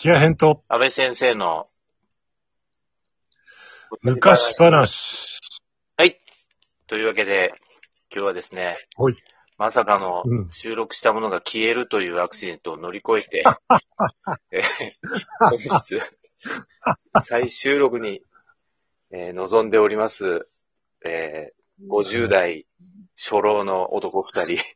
キアヘンと安倍先生の昔話。 はい。というわけで、今日はですね、 はい。 まさかのうん。 収録したものが消えるというアクシデントを乗り越えて、本日、再収録に、臨んでおります、50代初老の男2人。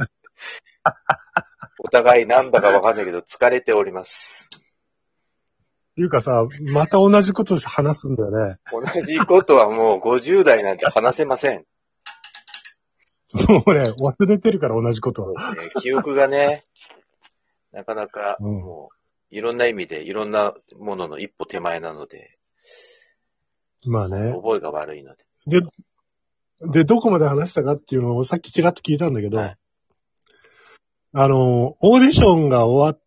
お互いなんだかわかんないけど疲れております。 っていうかさ、また同じこと話すんだよね。 同じことはもう50代なんて話せません。 もうね、忘れてるから同じことは。 そうですね。記憶がね、なかなかうん。 もういろんな意味でいろんなものの一歩手前なので、 まあね。 覚えが悪いので。 で、どこまで話したかっていうのをさっきちらっと聞いたんだけど、 はい。 オーディションが終わって、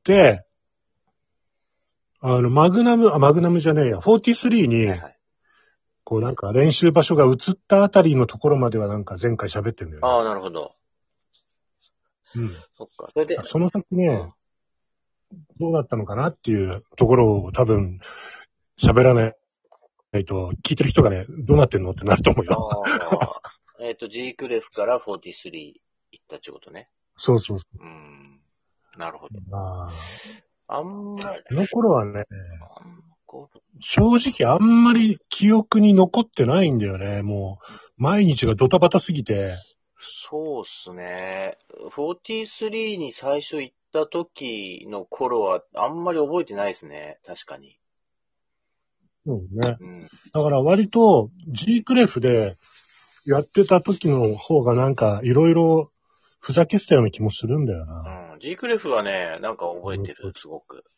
マグナムじゃねえや、43に、 はいはい。 こうなんか練習場所が移ったあたりのところまではなんか前回喋ってんだよね。 ああ、なるほど。 うん。 そっか。それで、 その先ね、どうだったのかなっていうところを多分喋らないと、聞いてる人がね、どうなってんのってなると思うよ。 ああ、G クレフから43行ったってことね。 そうそうそなるほど。 う。まあんまり、 あ、この頃はね、 あんまこう、 正直あんまり記憶に残ってないんだよね。もう、毎日がドタバタすぎて。 そうっすね。43に最初行った時の頃はあんまり覚えてないですね。確かに。 そうね。 うん。 だから割と G クレフでやってた時の方がなんかいろいろふざけてたような気もするんだよな。 うん。G クレフはね、なんか覚えてる、すごく。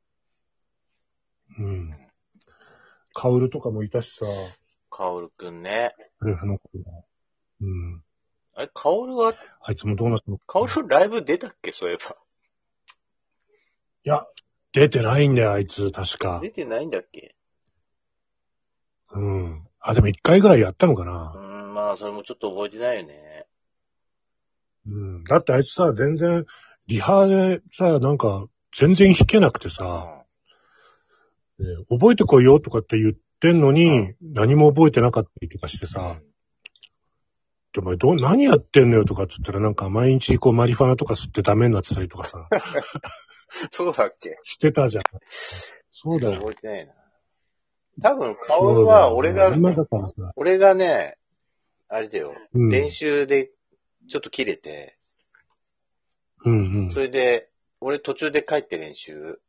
うん。カウルとかもいたしさ、 カオルくんね。 クレフの頃は。うん。 あれ、カオルは、 あいつもどうなったのか。 カオルライブ出たっけそういえば。 いや、出てないんだよ、あいつ、確か出。てないんだっけうん。あ、でも一回ぐらいやったのかな。 まあ、それもちょっと覚えてないよね。 うん。だってあいつさ、全然、リハでさ、なんか、全然弾けなくてうさ、 ん。 覚えてこいよとかって言ってんのに、 うん何も覚えてなかったりとかしてさ、でも何やってんのよとかっつったらなんか毎日こうマリファナとか吸ってダメになってたりとかさ、 そうだっけしてたじゃん。そうだちょっとよ。 覚えてないな。多分、カオルそうだよ。 は俺が、 もう今だからさ、 俺がね、あれだよ、 うん。 練習でちょっと切れて、 うんうん。 それで、俺途中で帰って練習。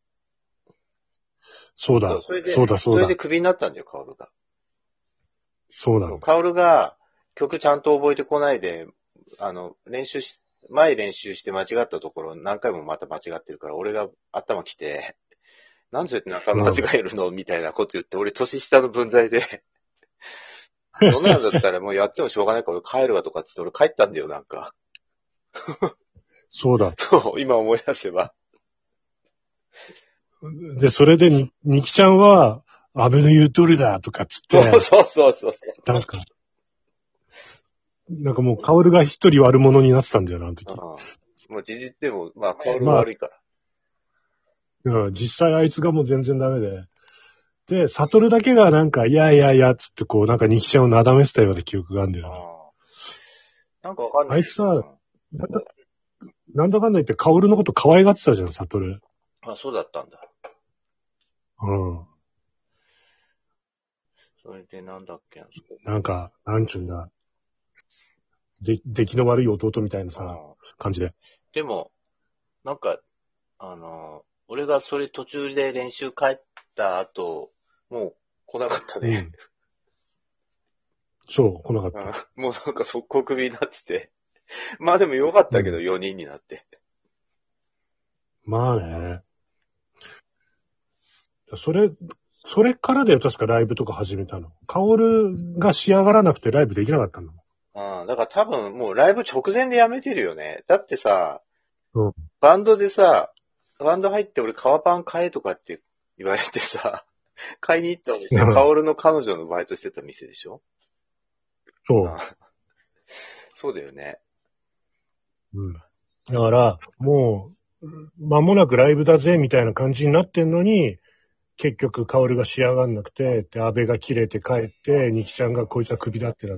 そうだ。 それで、 そうだ、そうだそれで。クビになったんだよ、カオルが。 そうだ。 カオルが曲ちゃんと覚えてこないで、前練習して間違ったところ何回もまた間違ってるから、俺が頭きて、なんでそうやって間違えるのみたいなこと言って、俺年下の分際で、そんなんだったらもうやってもしょうがないから俺帰るわとかっつって俺帰ったんだよ、なんか。 そうだ。 そう、今思い出せば。 で、それでにきちゃんは、安倍の言う通りだとかっつって、 そうそうそうそう。 なんかもう、カオルが一人悪者になってたんだよな、あの時。 もう事実でも、まあ、カオルまあ、 悪いから。 実際あいつがもう全然ダメで。で、サトルだけがなんか、いやいやいや、つってこう、なんかニキちゃんをなだめてたような記憶があるんだよね。 なんかわかんない。 あいつさ、なんだかんだ言ってカオルのこと可愛がってたじゃん、サトル。 あ、そうだったんだ。 うん。 それでなんだっけな、 なんか、なんちゅうんだ。出来の悪い弟みたいなさ、感じで。 でも、なんか、俺がそれ途中で練習帰った後、もう来なかったうね。 ん。そう、来なかった。 もうなんか速攻クビになってて。まあでもよかったけど、 うん 4人になって。 まあね。それからだよ、確かライブとか始めたの。カオルが仕上がらなくてライブできなかったの。 だから多分もうライブ直前でやめてるよね。だってさ、 うん。 バンドでさ、バンド入って俺革パン買えとかって言われてさ、買いに行ったお店、カオルの彼女のバイトしてた店でしょそう。 そうだよね。 うん。だから、も間もなくライブだぜ、みたいな感じになってんのに、結局、カオルが仕上がんなくて、で、安倍が切れて帰って、ニキちゃんがこいつはクビだってなって、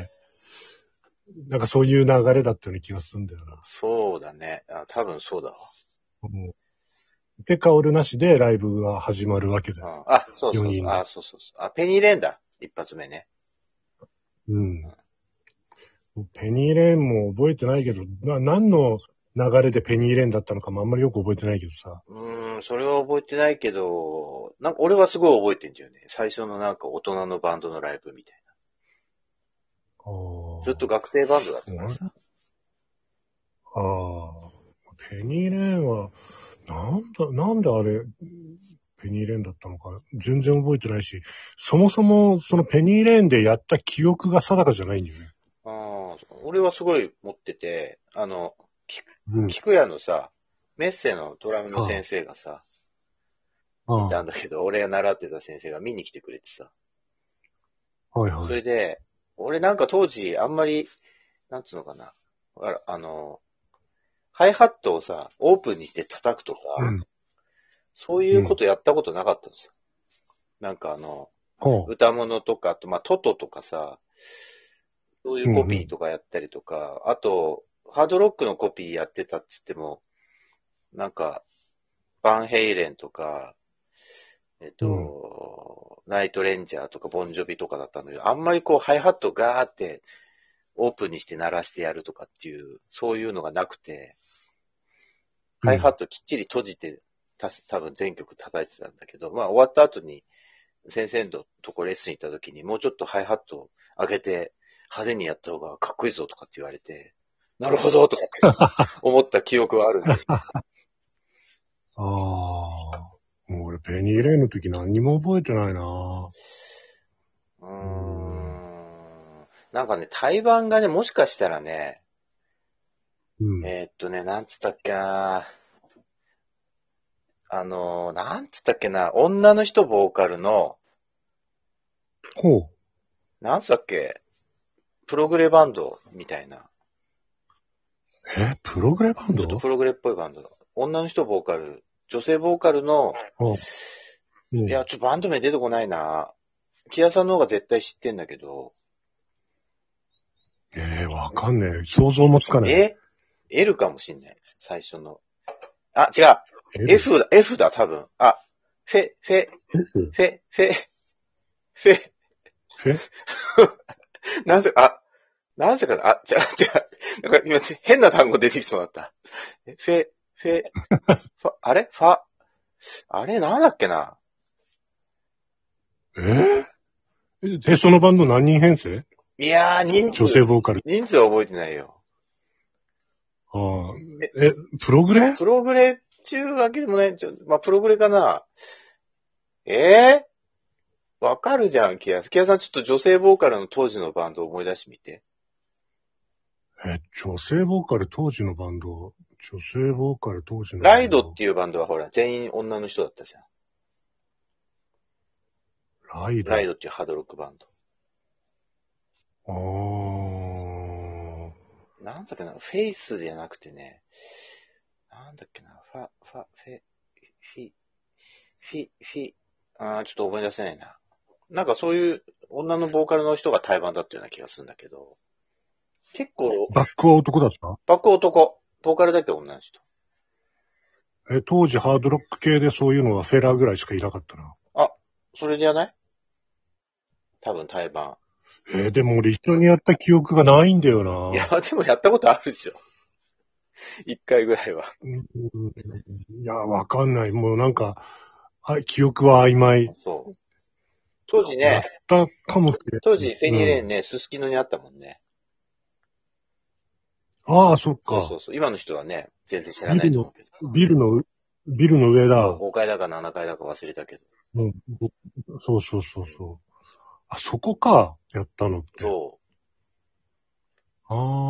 なんかそういう流れだったような気がするんだよな。 そうだね。多分そうだわ。 で、カオルなしでライブが始まるわけだよ。 そうそう 4 そう。 人でそうそうそう。ペニーレーンだ。一発目ね。 うん。ペニーレーンも覚えてないけど、何の流れでペニーレーンだったのかもあんまりよく覚えてないけどさ。 それは覚えてないけど、なんか俺はすごい覚えてんだよね。最初のなんか大人のバンドのライブみたいな。ずっと学生バンドだったからさ。 ペニーレーンは、なんであれ、ペニーレーンだったのか、全然覚えてないし、そもそもそのペニーレーンでやった記憶が定かじゃないんだよね。 俺はすごい持ってて、菊屋のさ、メッセのドラムの先生がさ、いたんだけど、俺が習ってた先生が見に来てくれてさ。 はいはい。 それで、俺なんか当時あんまり、なんつうのかな。ハイハットをさ、オープンにして叩くとか、そういうことやったことなかったんですよ。なんか歌物とか、あと、トトとかさ、そういうコピーとかやったりとか、あと、ハードロックのコピーやってたっつっても、なんか、バンヘイレンとか、ナイトレンジャーとかボンジョビとかだったんだけど、あんまりこうハイハットガーってオープンにして鳴らしてやるとかっていう、そういうのがなくて、ハイハットきっちり閉じて、多分全曲叩いてたんだけど、終わった後に先生のとこレッスン行った時にもうちょっとハイハットを上げて派手にやった方がかっこいいぞとかって言われて、なるほどとかって思った記憶はあるんだけど。 もう俺ペニーレーンの時何にも覚えてないな。 なんかね、対バンがね、もしかしたらね、なんつったっけな。なんつったっけな、女の人ボーカルの、なんつったっけ、プログレバンドみたいな。 プログレバンド？ ちょっとプログレっぽいバンド。女の人ボーカル、女性ボーカルの、いや、ちょっとバンド名出てこないな。キアさんの方が絶対知ってんだけど。 わかんねえ。想像もつかない。 L かもしんない。最初の。違う。F だ、多分。フェ、なんせかな、違う。なんか今変な単語出てきそうだった。あれなんだっけな。 そのバンド何人編成？ いやー、 女性ボーカル。 人数は覚えてないよ。 プログレっていうわけでもない。プログレかな。わかるじゃん、キアさんちょっと女性ボーカルの当時のバンドを思い出してみて。 女性ボーカル当時のバンド。女性ボーカル当時のバンド。ライドっていうバンドはほら、全員女の人だったじゃん。ライドっていうハードロックバンド。なんだっけな、フェイスじゃなくてね、なんだっけな、ちょっと思い出せないな。なんかそういう女のボーカルの人が対バンだったような気がするんだけど、結構。 バックは男だった？ バック男。ボーカルだけ女の人。 当時ハードロック系でそういうのはフェラーぐらいしかいなかったな。 それじゃない？多分対バン。でも俺一緒にやった記憶がないんだよな。 いや、でもやったことあるでしょ。一回ぐらいは。 いや、わかんない。もうなんか、記憶は曖昧。 そう。当時ね。 やったかもしれない。 当時フェニーレーンね、すすきのにあったもんね。 そっか。 そう。今の人はね、全然知らないと思うけど。 ビルの上だ。 5階だか7階だか忘れたけど。 そう。そこか、やったのって。 そう。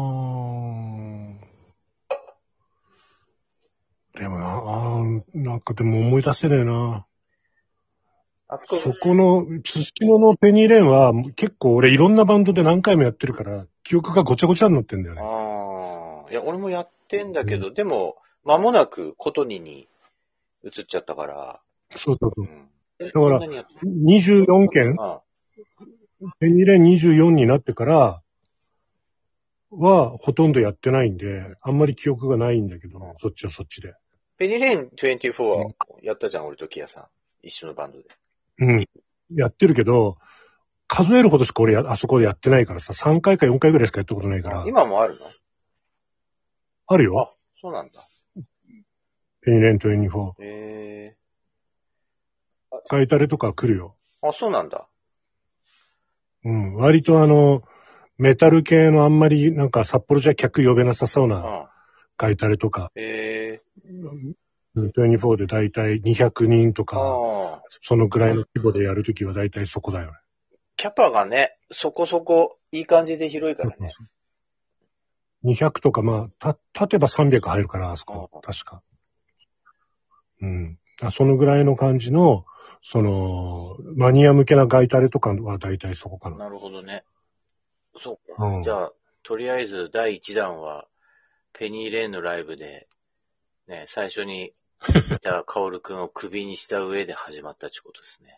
でもなんかでも思い出せねえな。 そこの、すすきののペニーレーンは結構俺いろんなバンドで何回もやってるから、記憶がごちゃごちゃになってんだよね。 いや、俺もやってんだけど、でも、 間もなくコトニに移っちゃったから、 そうそうそうう。 ん。 だからそんなにやって 24件、 あペニレン24になってからはほとんどやってないんで、あんまり記憶がないんだけど、そっちはそっちで。 ペニレーン24はやったじゃん、俺とキヤさん。一緒のバンドで。 うん。やってるけど、数えるほどしか俺あそこでやってないからさ、3回か4回ぐらいしかやったことないから。 今もあるの？ あるよ。 そうなんだ。 ペニレン24。 へガイタレとか来るよ。 そうなんだ。 うん。割とメタル系のあんまりなんか札幌じゃ客呼べなさそうなガイタレとか、24でだいたい200人とか、そのぐらいの規模でやるときはだいたいそこだよね。 キャパがね、そこそこいい感じで広いからね。 200とか、まあ、立てば300入るから、あそこ。確か。うん。そのぐらいの感じの、マニア向けなガイタレとかはだいたいそこかな。 なるほどね。そうか。じゃあ、とりあえず第1弾は、ペニーレーンのライブで、ね、最初に、じゃあ、カオルくんをクビにした上で始まったってことですね。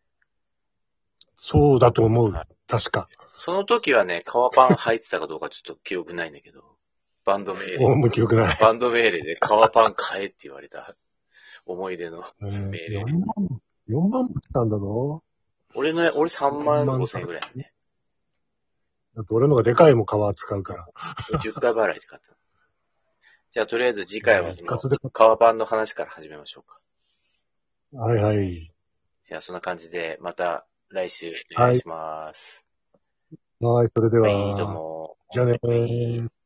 そうだと思う。確か。 その時はね、革パン履いてたかどうかちょっと記憶ないんだけど、バンド命令。 もう記憶ない。 バンド命令で革パン買えって言われた思い出の命令。 4万もしたんだぞ。 俺3万5千円ぐらいね。 だって俺のがでかいもん皮使うから。 10回払いで買った。じゃあとりあえず次回は一括で革パンの話から始めましょうか。 はいはい。 じゃあそんな感じでまた来週お願いします。 はい、それでは。 はい、どうも。 じゃあねー。